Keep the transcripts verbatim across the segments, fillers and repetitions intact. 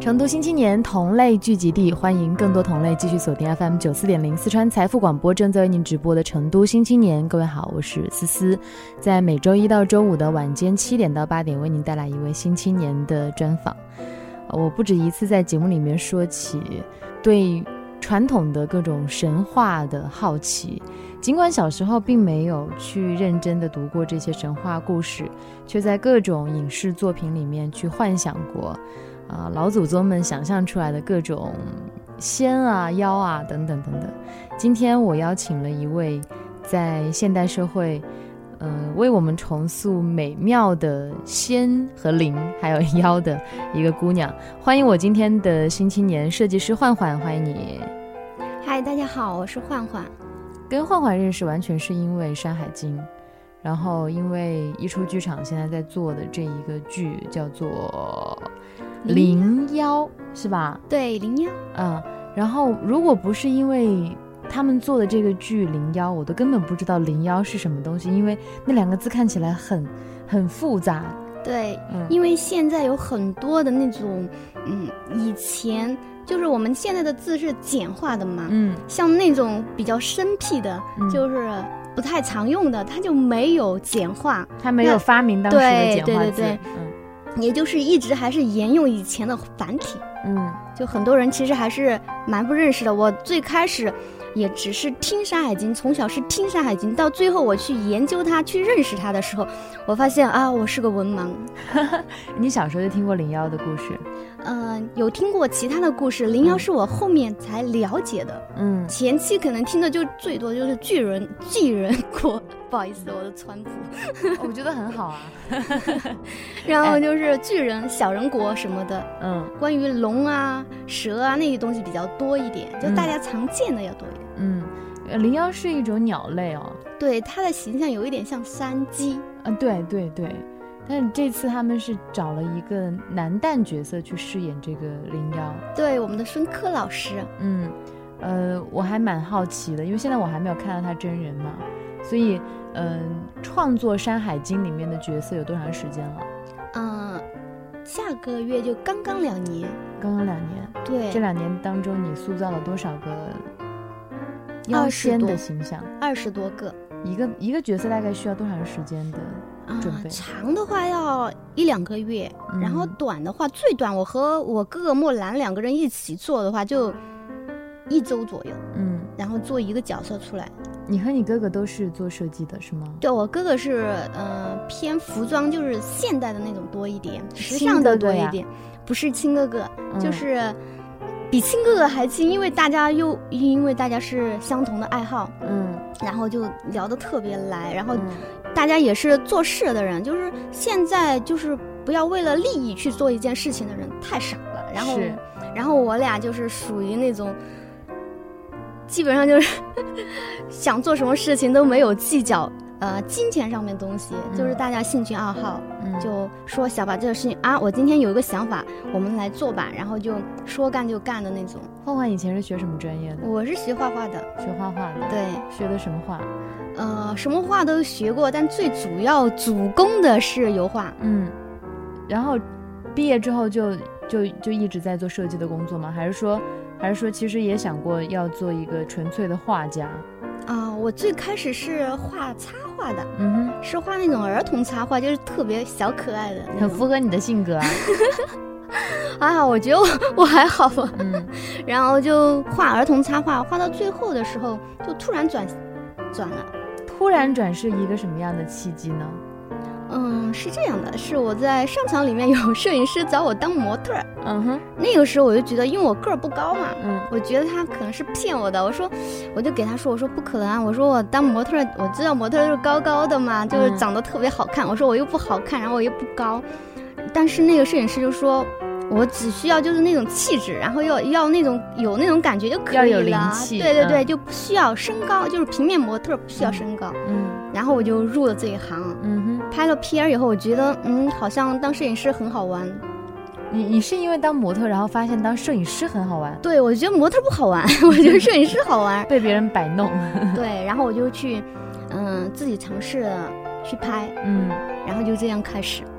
成都新青年同类聚集地，欢迎更多同类继续锁定 F M 九四点零四川财富广播，正在为您直播的成都新青年。各位好，我是思思，在每周一到周五的晚间七点到八点，为您带来一位新青年的专访。我不止一次在节目里面说起对传统的各种神话的好奇，尽管小时候并没有去认真的读过这些神话故事，却在各种影视作品里面去幻想过啊，老祖宗们想象出来的各种仙啊妖啊等等等等。今天我邀请了一位在现代社会呃，为我们重塑美妙的仙和灵还有妖的一个姑娘，欢迎我今天的新青年设计师焕焕，欢迎你。 嗨，大家好，我是焕焕。 跟焕焕认识完全是因为《山海经》，然后因为一出剧场现在在做的这一个剧叫做灵妖，是吧？ 对，灵妖。 嗯，然后如果不是因为他们做的这个剧灵妖，我都根本不知道灵妖是什么东西，因为那两个字看起来很很复杂。 对、嗯、因为现在有很多的那种嗯，以前就是我们现在的字是简化的嘛，嗯，像那种比较生僻的、嗯、就是不太常用的，它就没有简化， 它没有发明当时的简化字。 对对对对、嗯，也就是一直还是沿用以前的繁体。嗯，就很多人其实还是蛮不认识的。我最开始也只是听《山海经》，从小是听《山海经》，到最后我去研究它、去认识它的时候，我发现啊，我是个文盲。 你小时候就听过灵妖的故事？ 嗯、呃，有听过其他的故事，灵妖是我后面才了解的。嗯，前期可能听的就最多就是巨人、巨人国，不好意思，我的川普。 我觉得很好啊。 然后就是巨人、小人国什么的。嗯，关于龙啊、蛇啊那些东西比较多一点，就大家常见的要多一点。 嗯，灵妖是一种鸟类哦。 对，它的形象有一点像山鸡。 啊，对对对。但是这次他们是找了一个男旦角色去饰演这个灵妖。 对，我们的孙科老师。 嗯，呃，我还蛮好奇的，因为现在我还没有看到他真人嘛，所以，嗯、呃，创作《山海经》里面的角色有多长时间了？ 嗯、呃，下个月就刚刚两年。 刚刚两年。 对。这两年当中，你塑造了多少个妖仙的形象？ 二十多个。 一个一个角色大概需要多长时间的准备？ 啊、长的话要一两个月、嗯，然后短的话，最短我和我哥哥莫兰两个人一起做的话，就一周左右。嗯，然后做一个角色出来。 你和你哥哥都是做设计的是吗？ 对，我哥哥是呃偏服装，就是现代的那种多一点，时尚的多一点。不是亲哥哥、嗯，就是比亲哥哥还亲，因为大家又因为大家是相同的爱好。嗯。然后就聊得特别来，然后大家也是做事的人、嗯、就是现在就是不要为了利益去做一件事情的人太少了，然后然后我俩就是属于那种基本上就是想做什么事情都没有计较呃金钱上面东西、嗯、就是大家兴趣爱好、嗯、就说想把这个事情啊，我今天有一个想法，我们来做吧，然后就说干就干的那种。 焕焕以前是学什么专业的？ 我是学画画的。 学画画的。 对。 学的什么画？ 呃，什么画都学过，但最主要主攻的是油画。 嗯。然后毕业之后就就就一直在做设计的工作吗？还是说还是说其实也想过要做一个纯粹的画家？ 啊、呃，我最开始是画插画的，嗯哼，是画那种儿童插画，就是特别小可爱的， 很符合你的性格啊。 啊，我觉得我我还好吧，嗯，然后就画儿童插画，画到最后的时候就突然转转了。 突然转是一个什么样的契机呢？ 嗯，是这样的，是我在商场里面有摄影师找我当模特，嗯哼，那个时候我就觉得，因为我个儿不高嘛，嗯，我觉得他可能是骗我的，我说，我就给他说，我说不可能啊，我说我当模特，我知道模特是高高的嘛，就是长得特别好看，嗯、我说我又不好看，然后我又不高，但是那个摄影师就说，我只需要就是那种气质，然后要要那种有那种感觉就可以了， 要有灵气， 对对对、嗯，就不需要身高，就是平面模特不需要身高，嗯，然后我就入了这一行，嗯哼，拍了片以后，我觉得嗯，好像当摄影师很好玩。 你你是因为当模特，然后发现当摄影师很好玩？ 对，我觉得模特不好玩，我觉得摄影师好玩， 被别人摆弄。 对，然后我就去，嗯、呃，自己尝试去拍，嗯，然后就这样开始。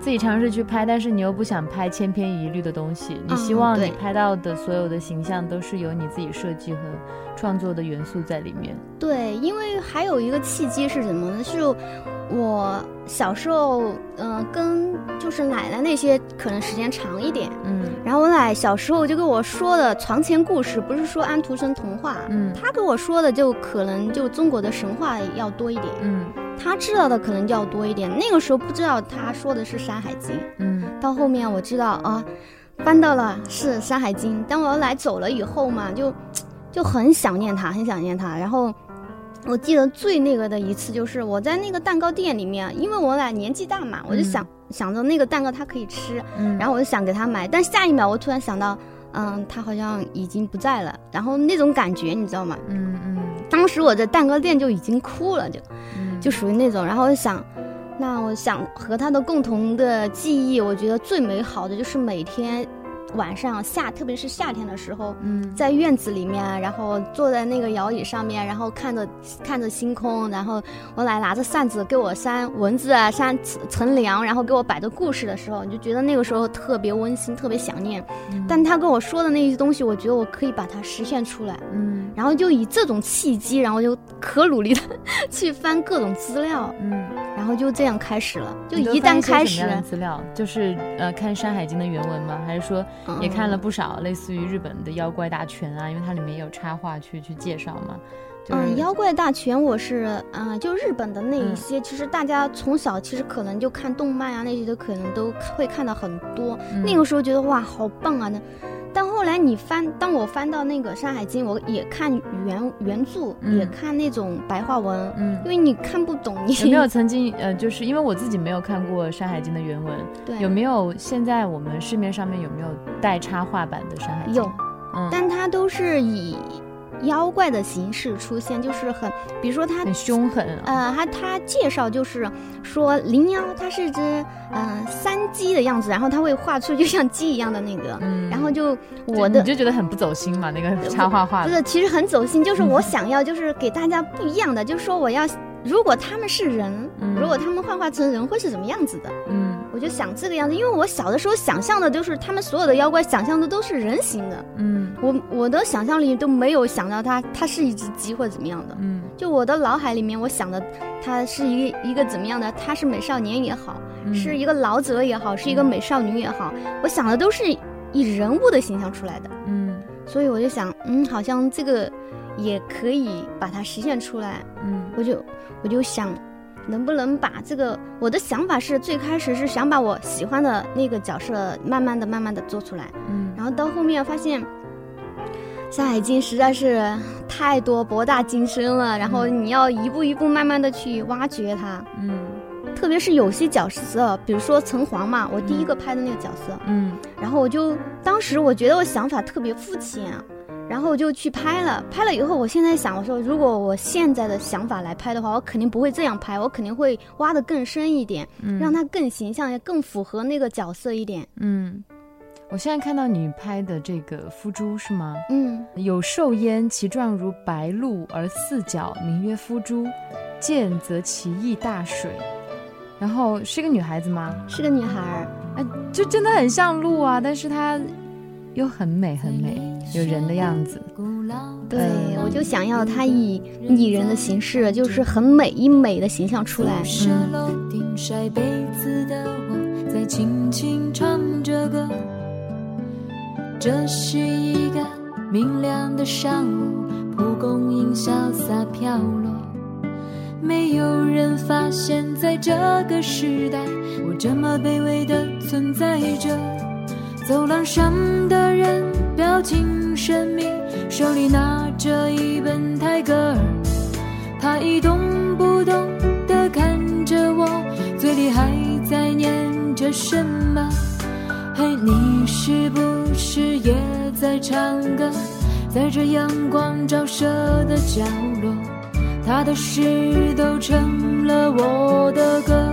自己尝试去拍，但是你又不想拍千篇一律的东西，你希望你拍到的所有的形象都是有你自己设计和创作的元素在里面。 对，因为还有一个契机是什么呢？是我小时候嗯、呃，跟就是奶奶那些可能时间长一点，嗯，然后我奶小时候就跟我说的床前故事，不是说安徒生童话，嗯，他跟我说的就可能就中国的神话要多一点，嗯，他知道的可能就要多一点。那个时候不知道他说的是《山海经》，嗯，到后面我知道啊，翻到了是《山海经》。当我奶走了以后嘛，就就很想念他，很想念他。然后我记得最那个的一次就是我在那个蛋糕店里面，因为我俩年纪大嘛，我就想、嗯、想着那个蛋糕他可以吃，嗯，然后我就想给他买，但下一秒我突然想到，嗯，他好像已经不在了，然后那种感觉你知道吗？嗯嗯，当时我在蛋糕店就已经哭了，就、嗯、就属于那种，然后我想，那我想和他的共同的记忆，我觉得最美好的就是每天晚上夏，特别是夏天的时候，嗯，在院子里面，然后坐在那个摇椅上面，然后看着看着星空，然后我奶拿着扇子给我扇蚊子啊，扇乘凉，然后给我摆着故事的时候，你就觉得那个时候特别温馨，特别想念。嗯、但他跟我说的那些东西，我觉得我可以把它实现出来。嗯，然后就以这种契机，然后就可努力的去翻各种资料。嗯，然后就这样开始了。就一旦开始， 资料就是呃看《山海经》的原文吗？还是说？也看了不少类似于日本的妖怪大全啊，因为它里面也有插画去去介绍嘛。就是、 嗯，妖怪大全我是啊、呃，就日本的那一些、嗯，其实大家从小其实可能就看动漫啊那些都可能都会看到很多、嗯。那个时候觉得哇好棒啊！那但后来你翻，当我翻到那个《山海经》，我也看原原著、嗯，也看那种白话文，嗯，因为你看不懂你。 有没有曾经呃，就是因为我自己没有看过《山海经》的原文，对，有没有现在我们市面上面有没有带插画版的《山海经》？ 有，嗯，但它都是以妖怪的形式出现，就是很，比如说它很凶狠、啊， 呃，它它介绍就是说灵妖它是只嗯、呃、山鸡的样子，然后它会画出就像鸡一样的那个，嗯，然后就我的你就觉得很不走心嘛，那个插画画的， 不是，其实很走心，就是我想要就是给大家不一样的，嗯、就是说我要如果他们是人、嗯，如果他们幻化成人会是什么样子的，嗯，我就想这个样子，因为我小的时候想象的都是他们所有的妖怪想象的都是人形的，嗯，我我的想象力都没有想到它它是一只鸡或者怎么样的，嗯，就我的脑海里面我想的它是一个一个怎么样的，它是美少年也好、嗯，是一个老者也好，是一个美少女也好，我想的都是以人物的形象出来的，嗯，所以我就想，嗯，好像这个也可以把它实现出来，嗯，我就我就想能不能把这个，我的想法是最开始是想把我喜欢的那个角色慢慢的慢慢的做出来，嗯，然后到后面发现山海经实在是太多博大精深了，然后你要一步一步慢慢的去挖掘它，嗯，特别是有些角色，比如说城隍嘛，我第一个拍的那个角色，嗯，然后我就当时我觉得我想法特别肤浅啊，然后我就去拍了，拍了以后，我现在想，我说如果我现在的想法来拍的话，我肯定不会这样拍，我肯定会挖得更深一点，嗯，让它更形象，也更符合那个角色一点。 嗯，我现在看到你拍的这个夫珠是吗？嗯，有兽焉，其状如白鹿，而四角，名曰夫珠，见则其意大水。然后是个女孩子吗？ 是个女孩， 哎，就真的很像鹿啊，但是她又很美很美，有人的样子。 对，我就想要她以拟人的形式，就是很美以美的形象出来。 嗯，晒被子的我在轻轻唱着歌，这是一个明亮的上午，蒲公英潇洒飘落，没有人发现在这个时代我这么卑微的存在着。走廊上的人表情神秘，手里拿着一本泰戈尔，他一动不动地看着我，嘴里还在念着什么。嘿，你是不是也在唱歌？在这阳光照射的角落，他的诗都成了我的歌。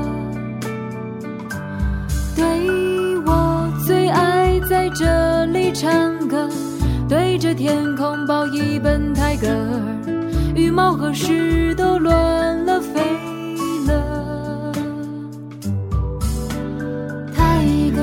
对，我最爱在这里唱歌，对着天空抱一本泰戈尔，羽毛和诗都乱了飞了。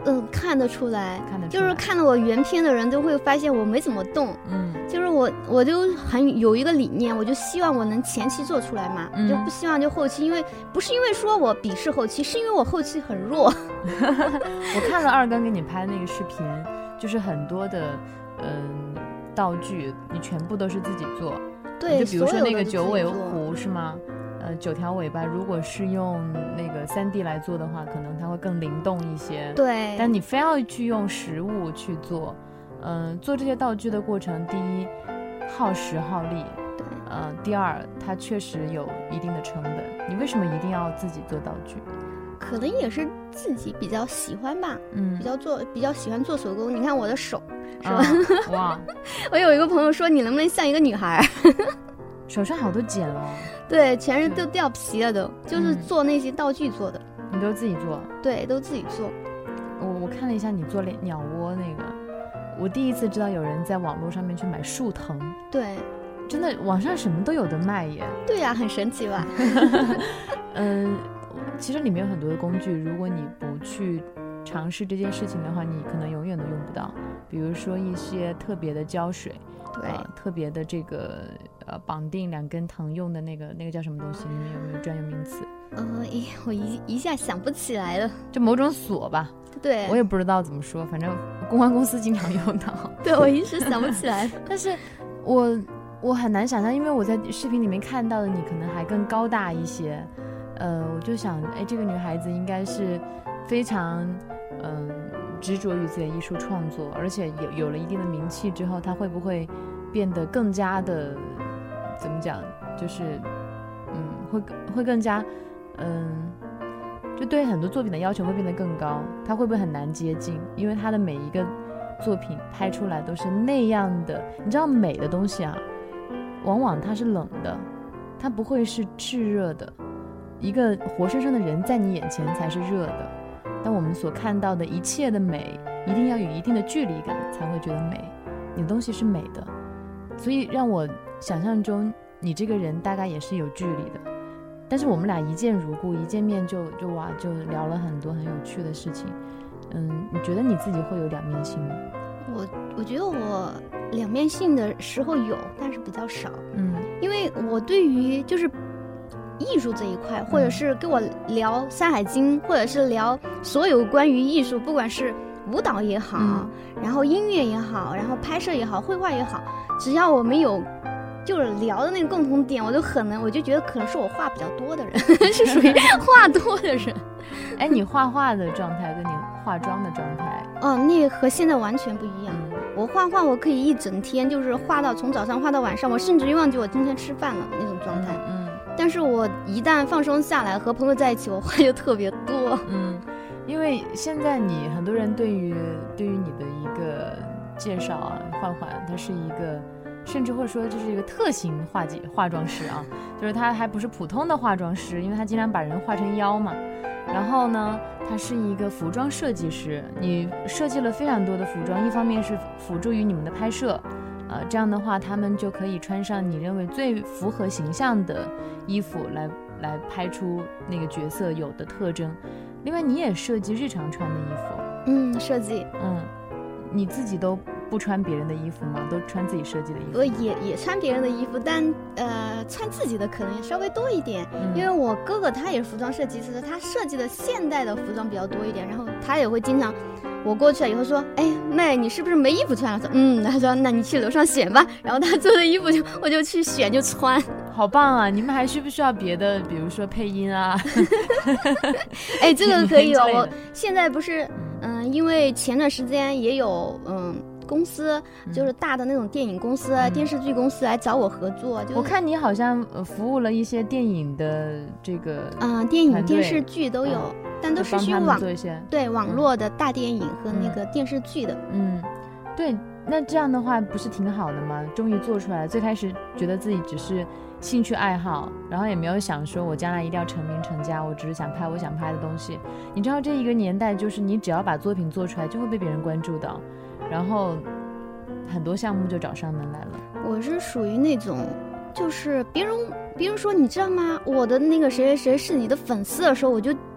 嗯、呃，看得出来， 看得出来， 就是看了我原片的人都会发现我没怎么动， 嗯， 就是我我就很有一个理念，我就希望我能前期做出来嘛，嗯、就不希望就后期，因为不是因为说我鄙视后期，是因为我后期很弱。 我看了二刚给你拍的那个视频，就是很多的嗯道具，你全部都是自己做， 对， 就比如说那个九尾狐是吗？呃，九条尾巴，如果是用那个三 D 来做的话，可能它会更灵动一些。 对， 但你非要去用实物去做，嗯、呃，做这些道具的过程，第一耗时耗力， 对， 呃，第二它确实有一定的成本。你为什么一定要自己做道具？ 可能也是自己比较喜欢吧，嗯，比较做比较喜欢做手工。你看我的手，是吧？ 嗯、哇， 我有一个朋友说，你能不能像一个女孩？ 手上好多茧哦。 对，全是都掉皮了都，就是做那些道具做的。 你都自己做？ 对，都自己做。 我我看了一下你做鸟窝那个，我第一次知道有人在网络上面去买树藤。 对， 真的网上什么都有的卖耶。 对呀、啊，很神奇吧？ 嗯，其实里面有很多的工具，如果你不去尝试这件事情的话，你可能永远都用不到。比如说一些特别的胶水， 对， 呃、特别的这个呃绑定两根藤用的那个那个叫什么东西？你们有没有专有名词？ 呃，咦，我一一下想不起来了。 就某种锁吧。 对， 我也不知道怎么说，反正公关公司经常用到。 对，我一时想不起来。 但是我我很难想象，因为我在视频里面看到的你可能还更高大一些。呃，我就想，哎，这个女孩子应该是非常嗯、呃、执着于自己的艺术创作，而且有有了一定的名气之后，她会不会变得更加的怎么讲？就是嗯，会会更加嗯，就对很多作品的要求会变得更高。她会不会很难接近？因为她的每一个作品拍出来都是那样的，你知道美的东西啊，往往它是冷的，它不会是炽热的。一个活生生的人在你眼前才是热的，但我们所看到的一切的美一定要有一定的距离感才会觉得美，你的东西是美的，所以让我想象中你这个人大概也是有距离的。但是我们俩一见如故，一见面就就哇就聊了很多很有趣的事情。嗯，你觉得你自己会有两面性吗？ 我我觉得我两面性的时候有，但是比较少。嗯，因为我对于就是艺术这一块，或者是跟我聊《山海经》，或者是聊所有关于艺术，不管是舞蹈也好、嗯、然后音乐也好，然后拍摄也好，绘画也好，只要我们有就是聊的那个共同点，我就很能，我就觉得可能是我话比较多的人是属于话多的人。 哎，你画画的状态跟你化妆的状态哦，那和现在完全不一样、嗯、我画画我可以一整天就是画到从早上画到晚上，我甚至于忘记我今天吃饭了那种状态。嗯，但是我一旦放松下来和朋友在一起，我话就特别多。 嗯，因为现在你很多人对于对于你的一个介绍啊，焕焕他是一个甚至会说这是一个特型化解化妆师啊，就是他还不是普通的化妆师，因为他经常把人化成妖嘛。然后呢，他是一个服装设计师，你设计了非常多的服装，一方面是辅助于你们的拍摄，呃，这样的话他们就可以穿上你认为最符合形象的衣服来来拍出那个角色有的特征。另外你也设计日常穿的衣服。 嗯，设计。 嗯，你自己都不穿别人的衣服吗？都穿自己设计的衣服？ 我也也穿别人的衣服，但呃，穿自己的可能也稍微多一点、嗯、因为我哥哥他也是服装设计师，他设计的现代的服装比较多一点，然后他也会经常我过去了以后说，哎妹，你是不是没衣服穿了？说嗯，他说那你去楼上选吧，然后他做的衣服就我就去选就穿。 好棒啊！你们还需不需要别的，比如说配音啊？ 哎，这个可以哦。我现在不是嗯、呃，因为前段时间也有嗯公司，就是大的那种电影公司、嗯、电视剧公司来找我合作。就是、 我看你好像服务了一些电影的这个嗯、呃，电影电视剧都有。嗯，但都是属于网对网络的大电影和那个电视剧的。 嗯，对，那这样的话不是挺好的吗？终于做出来了。最开始觉得自己只是兴趣爱好，然后也没有想说我将来一定要成名成家，我只是想拍我想拍的东西。你知道这一个年代，就是你只要把作品做出来，就会被别人关注到，然后很多项目就找上门来了。 我是属于那种。就是别人别人说你知道吗，我的那个谁谁谁是你的粉丝的时候，我就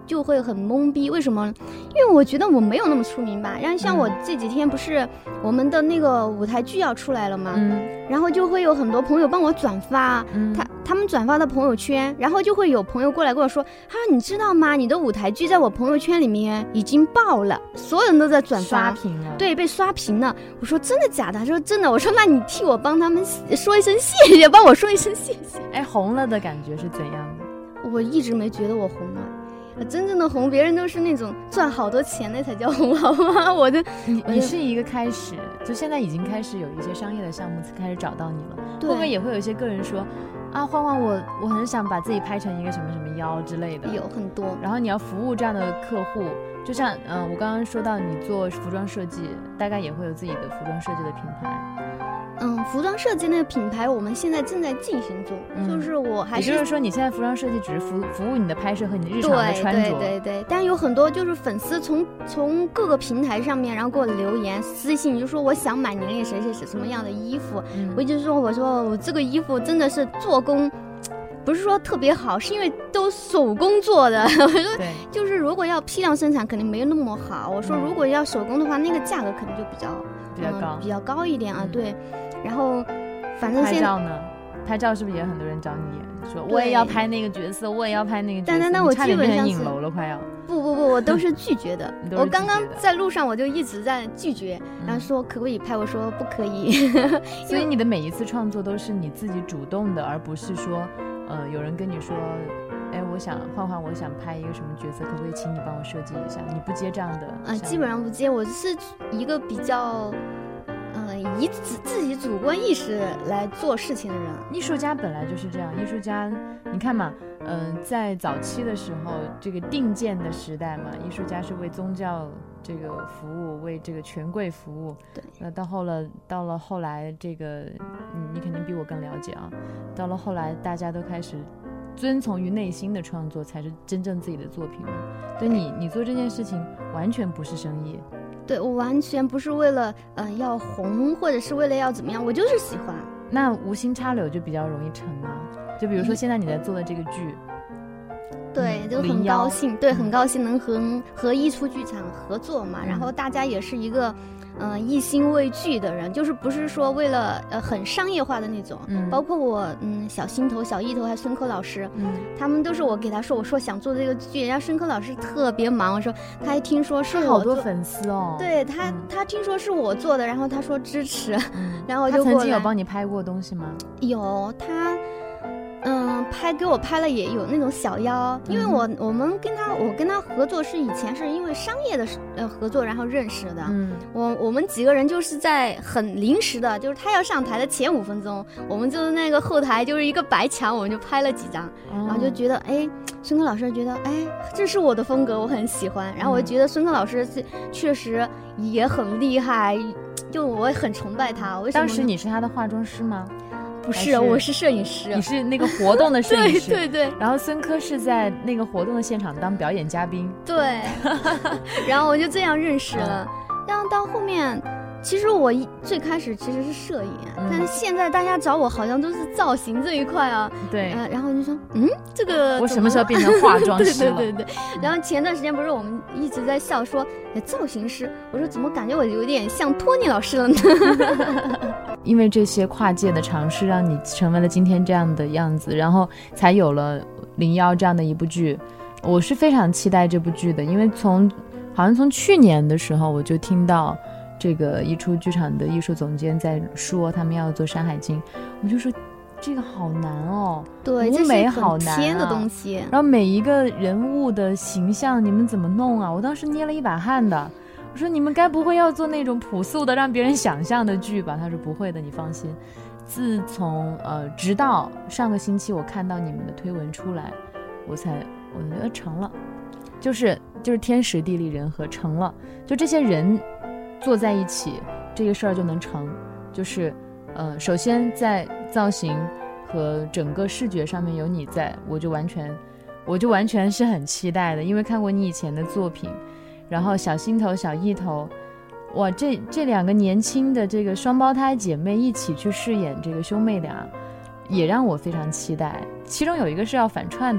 就会很懵逼，为什么？因为我觉得我没有那么出名吧。然后像我这几天不是我们的那个舞台剧要出来了吗？嗯，然后就会有很多朋友帮我转发，嗯，他他们转发到朋友圈，然后就会有朋友过来跟我说，他说你知道吗？你的舞台剧在我朋友圈里面已经爆了，所有人都在转发， 刷屏了， 对，被刷屏了。我说真的假的？他说真的。我说那你替我帮他们说一声谢谢，帮我说一声谢谢。 哎，红了的感觉是怎样的？ 我一直没觉得我红了，真正的红，别人都是那种赚好多钱那才叫红，好吗？我的， 你你是一个开始，就现在已经开始有一些商业的项目开始找到你了，会不会也会有一些个人说啊，欢欢我我很想把自己拍成一个什么什么妖之类的， 有很多。 然后你要服务这样的客户，就像嗯、呃，我刚刚说到你做服装设计，大概也会有自己的服装设计的品牌。 嗯，服装设计那个品牌我们现在正在进行中，嗯、就是我还是， 也就是说你现在服装设计只是服服务你的拍摄和你日常的穿着， 对对对对。但有很多就是粉丝从从各个平台上面，然后给我留言私信，就说我想买您那谁谁谁什么样的衣服，嗯、我就说我说我这个衣服真的是做工。不是说特别好，是因为都手工做的。我说就是如果要批量生产肯定没有那么好，我说如果要手工的话，那个价格可能就比较比较高、 嗯、比较高一点啊、嗯、对。然后反正拍照呢，拍照是不是也很多人找你说我也要拍那个角色，我也要拍那个角色， 但但但我基本上是影楼了快要。 不不不，我都是拒绝的。我刚刚在路上我就一直在拒绝，然后说可不可以拍，我说不可以。 所以你的每一次创作都是你自己主动的，而不是说呃，有人跟你说，哎，我想换换，我想拍一个什么角色，可不可以请你帮我设计一下？你不接这样的？ 呃，基本上不接。我是一个比较，呃，以自自己主观意识来做事情的人。 艺术家本来就是这样，艺术家，你看嘛，嗯、呃，在早期的时候，这个定建的时代嘛，艺术家是为宗教这个服务，为这个权贵服务。 对。 那到后了，到了后来，这个，嗯，你肯定比我更了解啊。到了后来，大家都开始遵从于内心的创作，才是真正自己的作品嘛。所以你你做这件事情完全不是生意。 对，我完全不是为了嗯、呃、要红，或者是为了要怎么样，我就是喜欢。 那无心插柳就比较容易成啊。就比如说现在你在做的这个剧， 嗯、对，就很高兴，对，很高兴能和和艺术剧场合作嘛。嗯、然后大家也是一个。嗯、呃，一心为剧的人，就是不是说为了呃很商业化的那种，嗯，包括我嗯小心头、小艺头还有孙科老师，嗯，他们都是我给他说，我说想做这个剧，人家孙科老师特别忙，我说他还听说是我好多粉丝哦， 对他、嗯、他听说是我做的，然后他说支持，嗯、然后就他曾经有帮你拍过东西吗？ 有，他。嗯，拍给我拍了也有那种小妖，因为我、嗯、我们跟他我跟他合作是以前是因为商业的呃合作然后认识的，嗯，我我们几个人就是在很临时的，就是他要上台的前五分钟，我们就是那个后台就是一个白墙，我们就拍了几张，哦、然后就觉得哎，孙科老师觉得哎这是我的风格，我很喜欢，然后我觉得孙科老师是确实也很厉害，就我很崇拜他。为什么？ 当时你是他的化妆师吗？ 不是，我是摄影师。 你是那个活动的摄影师， 对对对。 然后孙科是在那个活动的现场当表演嘉宾， 对。然后我就这样认识了，然后到后面，其实我最开始其实是摄影，嗯、但是现在大家找我好像都是造型这一块啊。 对。 呃、然后就说，嗯，这个我什么时候变成化妆师了？ 对对对对。然后前段时间不是我们一直在笑说，造型师，我说怎么感觉我有点像托尼老师了呢？ 因为这些跨界的尝试让你成为了今天这样的样子，然后才有了零幺这样的一部剧。我是非常期待这部剧的，因为从好像从去年的时候我就听到这个一出剧场的艺术总监在说他们要做山海经，我就说这个好难哦， 对， 舞美好难、啊、 这是很偏的东西， 然后每一个人物的形象你们怎么弄啊，我当时捏了一把汗的，我说你们该不会要做那种朴素的让别人想象的剧吧？他说不会的，你放心。自从呃直到上个星期我看到你们的推文出来，我才我觉得成了，就是就是天时地利人和成了，就这些人坐在一起这个事儿就能成。就是呃首先在造型和整个视觉上面有你在，我就完全我就完全是很期待的，因为看过你以前的作品，然后小心头小艺头，哇，这这两个年轻的这个双胞胎姐妹一起去饰演这个兄妹俩，也让我非常期待。其中有一个是要反串的，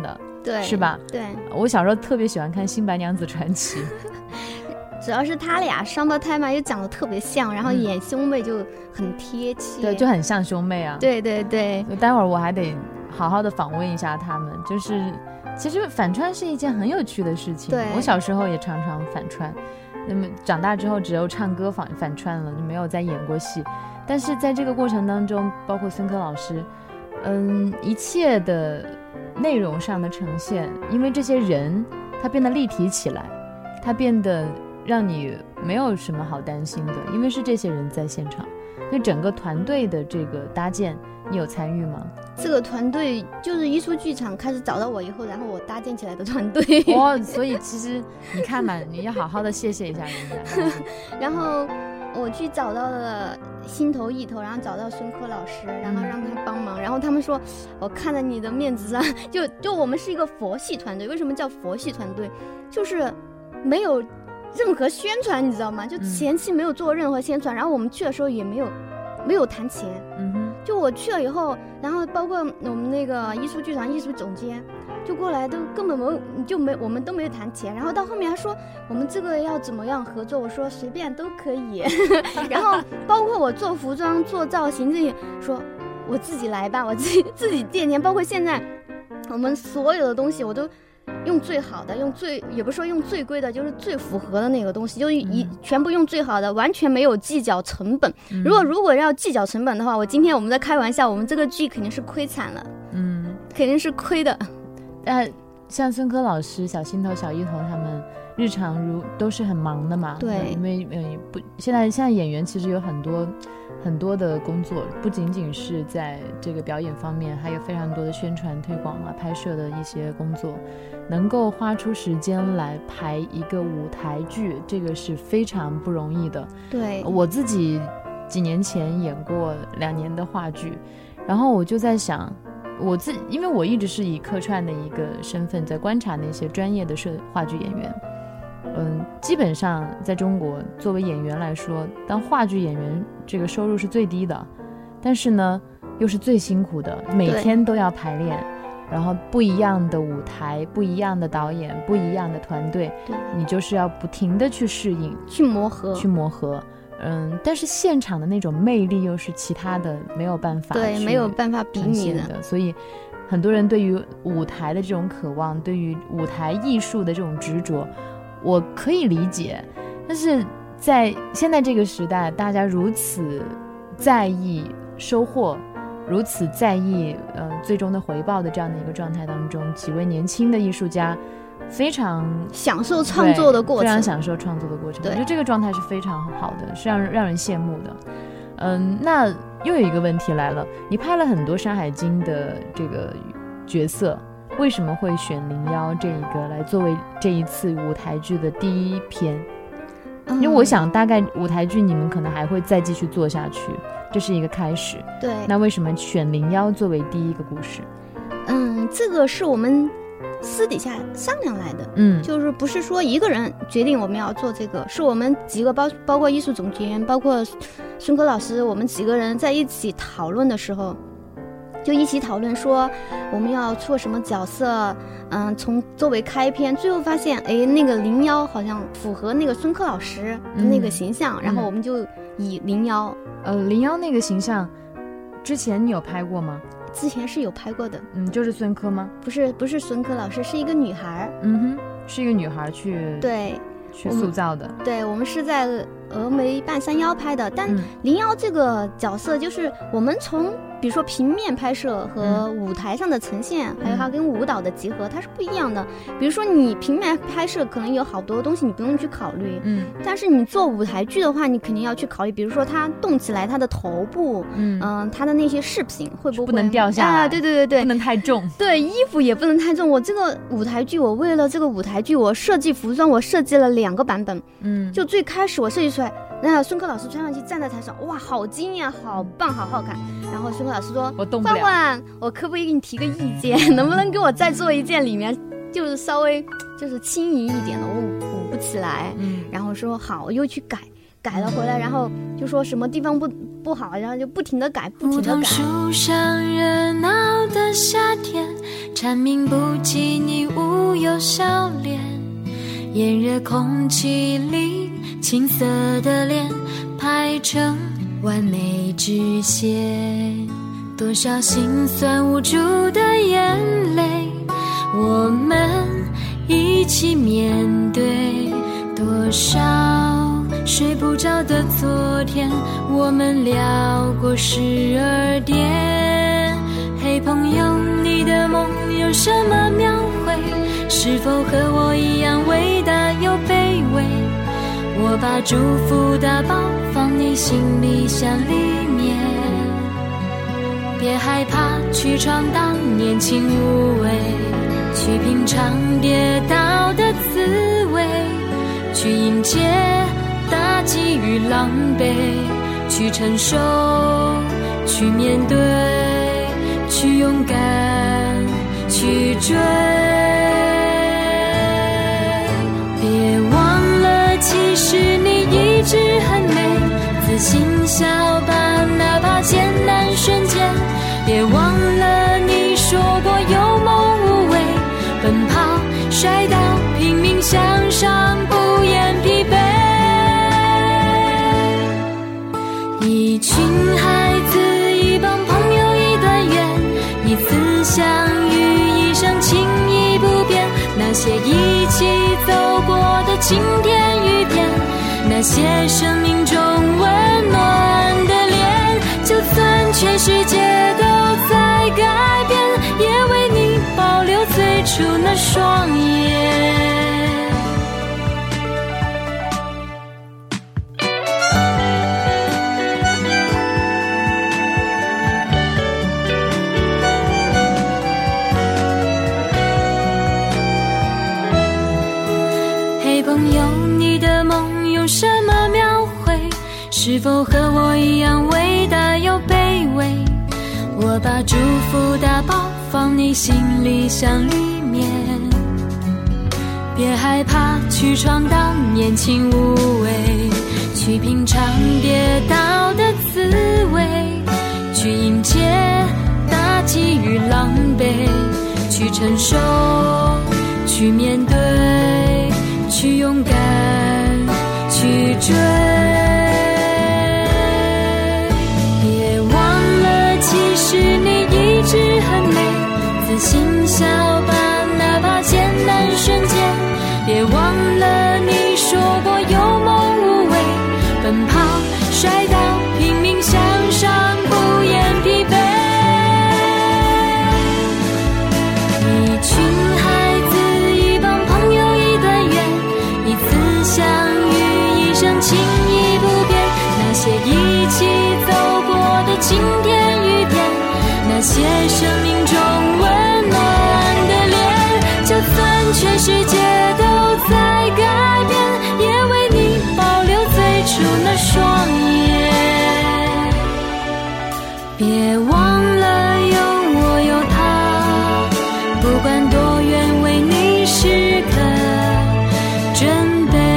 对， 是吧？ 对， 我小时候特别喜欢看《新白娘子传奇》。 主要是他俩双胞胎嘛，又长得特别像，然后演兄妹就很贴切、嗯、 对，就很像兄妹啊。 对对对， 待会儿我还得好好的访问一下他们。就是其实反串是一件很有趣的事情， 对， 我小时候也常常反串，那么长大之后只有唱歌反反串了，就没有再演过戏。但是在这个过程当中，包括孙科老师嗯，一切的内容上的呈现，因为这些人他变得立体起来，他变得让你没有什么好担心的，因为是这些人在现场。那整个团队的这个搭建你有参与吗？ 这个团队就是艺术剧场开始找到我以后，然后我搭建起来的团队。 哦，所以其实你看嘛，你要好好的谢谢一下人家。 然后我去找到了心头意头，然后找到孙科老师，然后让他帮忙、嗯、然后他们说我看了你的面子上，就就我们是一个佛系团队。为什么叫佛系团队？就是没有任何宣传，你知道吗？就前期没有做任何宣传、嗯、然后我们去的时候也没有没有谈钱。 嗯哼， 就我去了以后，然后包括我们那个艺术剧场艺术总监就过来，都根本没有就没我们都没有谈钱。然后到后面还说我们这个要怎么样合作，我说随便都可以。然后包括我做服装做造型这些，说我自己来吧，我自己自己垫钱。包括现在我们所有的东西我都用最好的，用最也不是说用最贵的，就是最符合的那个东西，就一、嗯、全部用最好的，完全没有计较成本、嗯、如果如果要计较成本的话，我今天我们在开玩笑，我们这个剧肯定是亏惨了，嗯，肯定是亏的。 但像孙科老师小心头小一头他们日常如都是很忙的嘛， 对， 因为呃不现在现在演员其实有很多很多的工作，不仅仅是在这个表演方面，还有非常多的宣传推广啊拍摄的一些工作，能够花出时间来排一个舞台剧，这个是非常不容易的。 对， 我自己几年前演过两年的话剧，然后我就在想我自因为我一直是以客串的一个身份在观察那些专业的摄话剧演员，嗯，基本上在中国作为演员来说，当话剧演员这个收入是最低的，但是呢又是最辛苦的，每天都要排练，然后不一样的舞台，不一样的导演，不一样的团队，你就是要不停的去适应， 去磨合去磨合嗯，但是现场的那种魅力又是其他的没有办法对没有办法比拟的，所以很多人对于舞台的这种渴望，对于舞台艺术的这种执着，我可以理解。但是在现在这个时代，大家如此在意收获，如此在意呃最终的回报的这样的一个状态当中，几位年轻的艺术家非常享受创作的过程， 非常享受创作的过程。我觉得这个状态是非常好的，是让人让人羡慕的。嗯，那又有一个问题来了，你拍了很多《山海经》的这个角色，为什么会选《灵妖》这一个来作为这一次舞台剧的第一篇？因为我想大概舞台剧你们可能还会再继续做下去，这是一个开始。 对， 那为什么选《灵妖》作为第一个故事？ 嗯，这个是我们私底下商量来的，嗯，就是不是说一个人决定我们要做这个，是我们几个包包括艺术总监，包括孙科老师，我们几个人在一起讨论的时候，就一起讨论说我们要做什么角色，嗯，从作为开篇，最后发现，哎，那个灵妖好像符合那个孙科老师的那个形象，嗯、然后我们就以灵妖， 呃，灵妖那个形象，之前你有拍过吗？ 之前是有拍过的， 嗯，就是孙科吗？ 不是，不是孙科老师，是一个女孩， 嗯哼，是一个女孩去对去塑造的。 我对，我们是在峨眉半山腰拍的，但灵妖这个角色就是我们从比如说平面拍摄和舞台上的呈现，嗯、还有它跟舞蹈的结合，它是不一样的。比如说你平面拍摄可能有好多东西你不用去考虑，嗯，但是你做舞台剧的话，你肯定要去考虑，比如说它动起来，它的头部，嗯、呃，它的那些饰品会不会不能掉下来？ 啊，对对对对， 不能太重。 对，衣服也不能太重。我这个舞台剧，我为了这个舞台剧，我设计服装，我设计了两个版本，嗯，就最开始我设计出来。那孙科老师穿上去站在台上，哇，好惊讶，好棒，好好看。然后孙科老师说：“ 我动不了， 欢欢，我可不可以给你提个意见？能不能给我再做一件里面就是稍微就是轻盈一点的，我舞不起来。”嗯，然后说好，我又去改。 改了回来，然后就说什么地方不不好，然后就不停的改，不停的改。 梧桐树上热闹的夏天，蝉鸣不及你无忧笑脸，炎热空气里青涩的脸排成完美直线，多少心酸无助的眼泪我们一起面对，多少睡不着的昨天我们聊过十二点。嘿朋友，你的梦有什么描绘？是否和我一样伟大又卑微？我把祝福打包放你行李箱里面，别害怕去闯荡年轻无畏，去品尝跌倒的滋味，去迎接打击与狼狈，去承受，去面对，去勇敢，去追。别忘了，其实你一直很美，自信笑吧，哪怕艰难瞬间。别忘了，你说过有梦无畏，奔跑摔倒拼命向上，不言疲惫。一群孩子，一帮朋友，一段缘，一次相遇，一生情谊不变。那些一起走过的晴天雨天，那些生命中温暖的脸，就算全世界都在改变，也为你保留最初那双眼。朋友，你的梦用什么描绘？是否和我一样伟大又卑微？我把祝福打包放你行李箱里面，别害怕去闯荡年轻无畏，去品尝跌倒的滋味，去迎接打击与狼狈，去承受，去面对，去勇敢，去追。别忘了，其实你一直很美，自信笑吧，哪怕艰难瞬间。别忘了，你说过有梦无畏，奔跑摔倒拼命向上，不言疲惫。一群孩子，一帮朋友，一段缘，一次相遇，一生情谊不变。那些一起走过的晴天雨天，那些生命中温暖的脸，就算全世界都在改变，也为你保留最初那双眼。别忘了，有我有他，不管多远，为你时刻准备。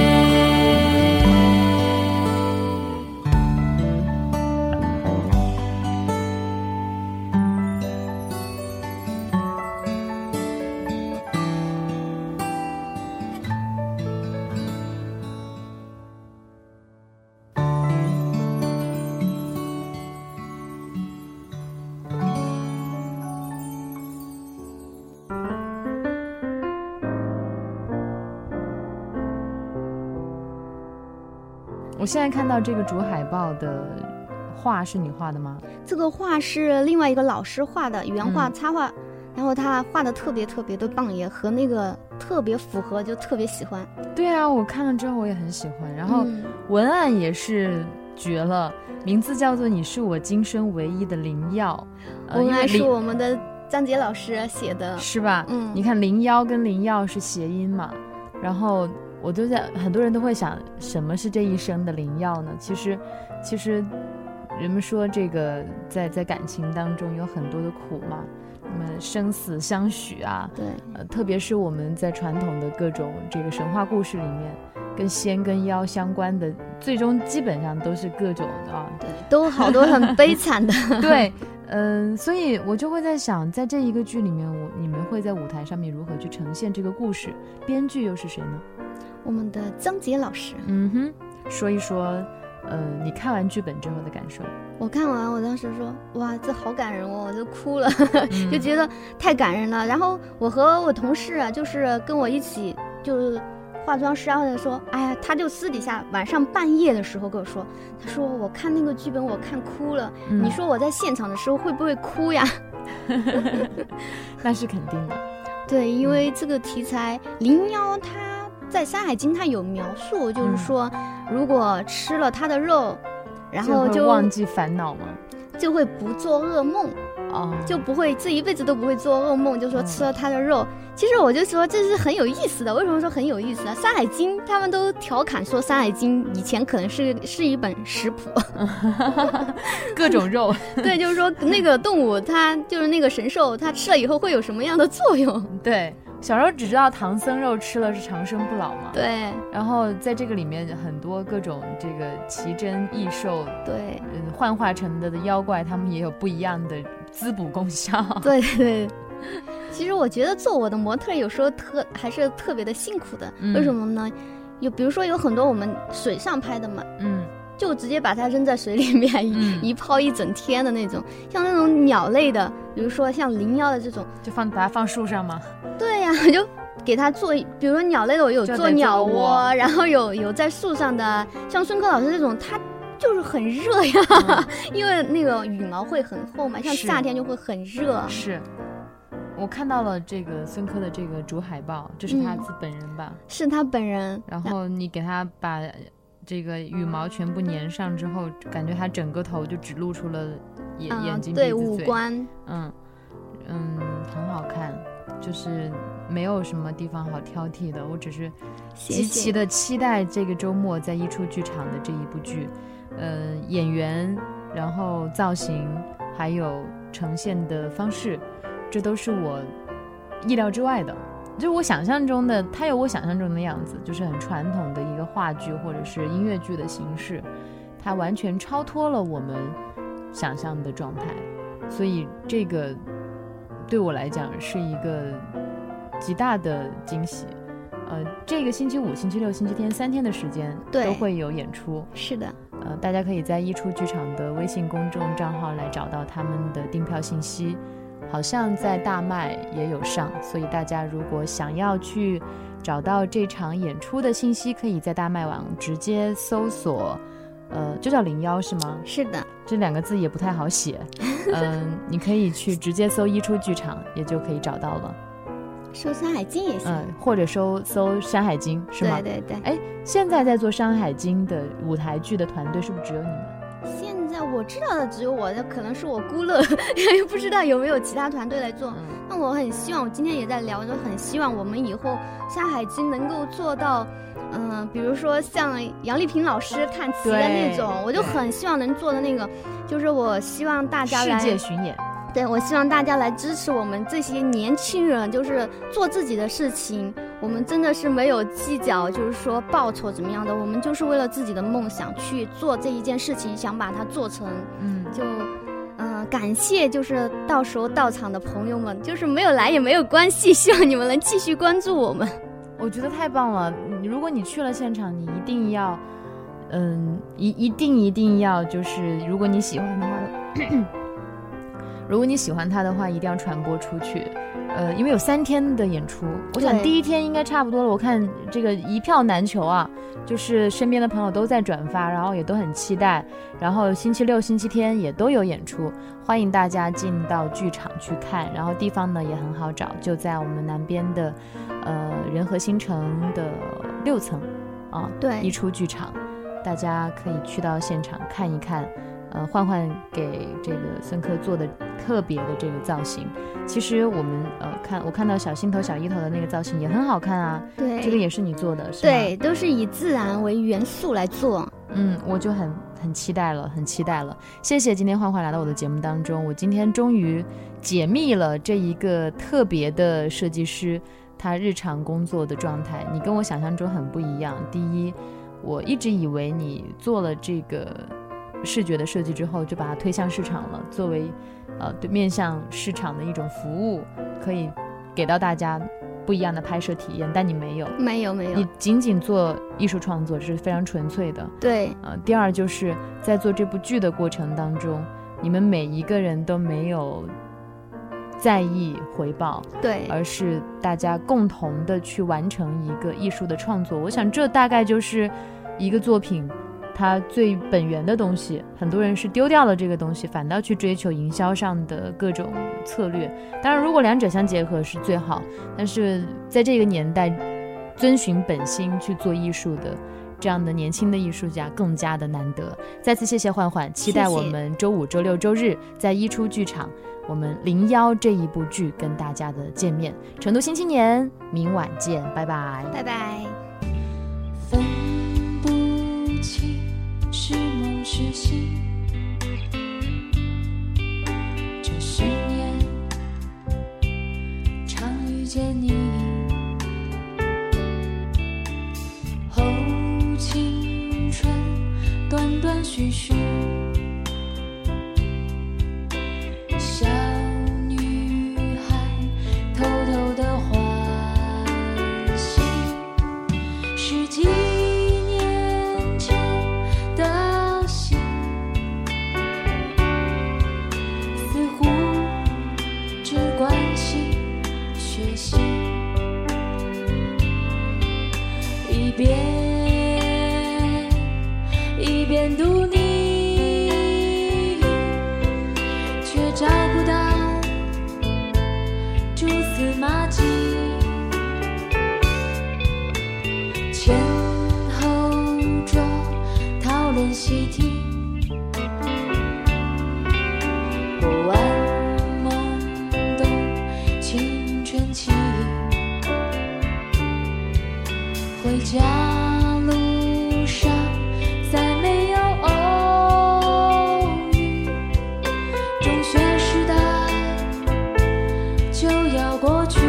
我现在看到这个主海报的画是你画的吗？ 这个画是另外一个老师画的，原画插画、嗯、然后他画的特别特别的棒，也和那个特别符合，就特别喜欢。对啊，我看了之后我也很喜欢，然后文案也是绝了、嗯、名字叫做你是我今生唯一的灵药、 呃、文案是我们的张杰老师写的， 是吧？嗯，你看灵妖跟灵药是谐音嘛，然后我都在，很多人都会想什么是这一生的灵药呢？其实其实人们说这个在在感情当中有很多的苦嘛， 什么生死相许啊， 对， 呃，特别是我们在传统的各种这个神话故事里面，跟仙跟妖相关的，最终基本上都是各种啊， 对，都好多很悲惨的。 对，嗯、呃，所以我就会在想，在这一个剧里面，我你们会在舞台上面如何去呈现这个故事？编剧又是谁呢？ 我们的张杰老师。 嗯哼，说一说，呃，你看完剧本之后的感受。 我看完，我当时说，哇，这好感人哦，我就哭了，嗯、就觉得太感人了。然后我和我同事啊，就是跟我一起，就是化妆师啊，说，哎呀，他就私底下晚上半夜的时候跟我说，他说我看那个剧本我看哭了，嗯、你说我在现场的时候会不会哭呀？ 那是肯定的。 对，因为这个题材，灵妖它在《山海经》它有描述，就是说，嗯、如果吃了它的肉。然后就忘记烦恼吗？ 就会不做噩梦，哦，就不会这一辈子都不会做噩梦。就说吃了它的肉，嗯、其实我就说这是很有意思的。为什么说很有意思啊？《山海经》他们都调侃说，《山海经》以前可能是是一本食谱， 各种肉。 对，就是说那个动物，它就是那个神兽，它吃了以后会有什么样的作用？ 对。小时候只知道唐僧肉吃了是长生不老嘛， 对。 然后在这个里面很多各种这个奇珍异兽， 对， 嗯，幻化成的的妖怪，他们也有不一样的滋补功效。 对对。其实我觉得做我的模特有时候特还是特别的辛苦的，嗯、为什么呢？有比如说有很多我们水上拍的嘛，嗯。就直接把它扔在水里面，嗯、一泡一整天的那种，像那种鸟类的，比如说像灵妖的这种， 就放把它放树上吗？ 对呀、啊，就给它做，比如说鸟类的，我有做鸟窝，然后有有在树上的，像孙科老师这种，他就是很热呀，嗯、因为那个羽毛会很厚嘛，像夏天就会很热。 是。我看到了这个孙科的这个主海报，这是他自本人吧？ 嗯、是他本人。 然后你给他把这个羽毛全部粘上之后，感觉它整个头就只露出了眼、嗯、眼睛、 对， 鼻子、 五官， 嗯嗯，很好看，就是没有什么地方好挑剔的。我只是极其的期待这个周末在一出剧场的这一部剧，呃，演员，然后造型，还有呈现的方式，这都是我意料之外的。就是我想象中的，它有我想象中的样子，就是很传统的一个话剧或者是音乐剧的形式，它完全超脱了我们想象的状态，所以这个对我来讲是一个极大的惊喜。呃，这个星期五、星期六、星期天三天的时间都会有演出。 是的， 呃，大家可以在一出剧场的微信公众账号来找到他们的订票信息。好像在大麦也有上，所以大家如果想要去找到这场演出的信息，可以在大麦网直接搜索，呃，就叫灵妖是吗？ 是的， 这两个字也不太好写，嗯、呃，你可以去直接搜一出剧场，也就可以找到了。 搜《山海经》也行， 嗯、呃，或者搜搜《山海经》是吗？ 对对对。 哎，现在在做《山海经》的舞台剧的团队是不是只有你们？ 现在我知道的只有我，的可能是我孤乐，因为不知道有没有其他团队来做。嗯、那我很希望，我今天也在聊，就很希望我们以后《山海经》能够做到，嗯、呃，比如说像杨丽萍老师看齐的那种，我就很希望能做的那个，就是我希望大家来世界巡演。 对，我希望大家来支持我们这些年轻人，就是做自己的事情。我们真的是没有计较，就是说报酬怎么样的，我们就是为了自己的梦想去做这一件事情，想把它做成。嗯，就，嗯、呃，感谢就是到时候到场的朋友们，就是没有来也没有关系，希望你们能继续关注我们。 我觉得太棒了！如果你去了现场，你一定要，嗯，一一定一定要，就是如果你喜欢的话。如果你喜欢他的话，一定要传播出去，呃，因为有三天的演出，我想第一天应该差不多了。我看这个一票难求啊，就是身边的朋友都在转发，然后也都很期待。然后星期六、星期天也都有演出，欢迎大家进到剧场去看。然后地方呢也很好找，就在我们南边的，呃，仁和新城的六层，啊， 对， 一出剧场，大家可以去到现场看一看。 呃，焕焕给这个孙科做的特别的这个造型，其实我们呃看我看到小心头小一头的那个造型也很好看啊。 对， 这个也是你做的，是吗？ 对，都是以自然为元素来做。 嗯，我就很很期待了，很期待了。谢谢今天焕焕来到我的节目当中，我今天终于解密了这一个特别的设计师他日常工作的状态。你跟我想象中很不一样。第一，我一直以为你做了这个视觉的设计之后就把它推向市场了，作为呃对面向市场的一种服务，可以给到大家不一样的拍摄体验，但你没有没有没有， 你仅仅做艺术创作，是非常纯粹的。 对， 呃，第二就是在做这部剧的过程当中，你们每一个人都没有在意回报， 对， 而是大家共同的去完成一个艺术的创作。我想这大概就是一个作品它最本源的东西。很多人是丢掉了这个东西，反倒去追求营销上的各种策略。当然如果两者相结合是最好，但是在这个年代遵循本心去做艺术的这样的年轻的艺术家更加的难得。再次谢谢焕焕，期待我们周五周六周日在一出剧场我们零幺这一部剧跟大家的见面。成都新青年明晚见，拜拜拜拜。 分不清是梦是醒，这十年常遇见你，后青春断断续续，小女孩偷偷的欢喜，十几年前的心，似乎只关心学习，一遍一遍读你，却找不到蛛丝马迹，前后桌讨论习题，过完懵懂青春期，回家路上再没有偶遇，中学时代就要过去。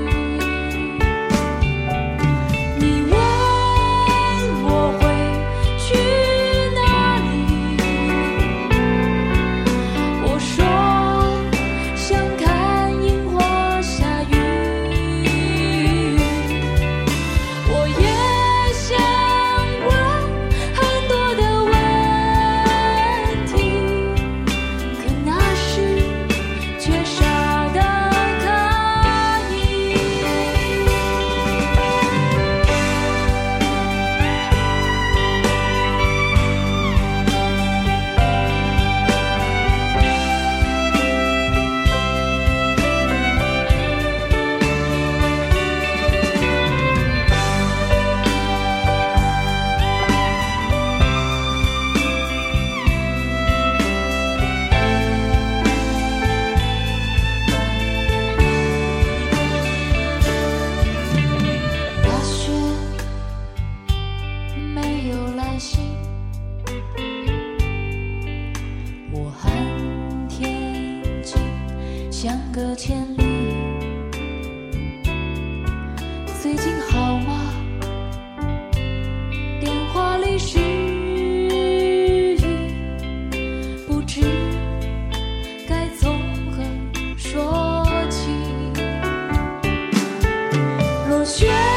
你问我会去哪里，我说想看樱花下雨，我也想问很多的问题，可那时却傻得可以。大学没有来信，我和天津相隔千里，最近好吗？电话里是雨，不知该从何说起。落雪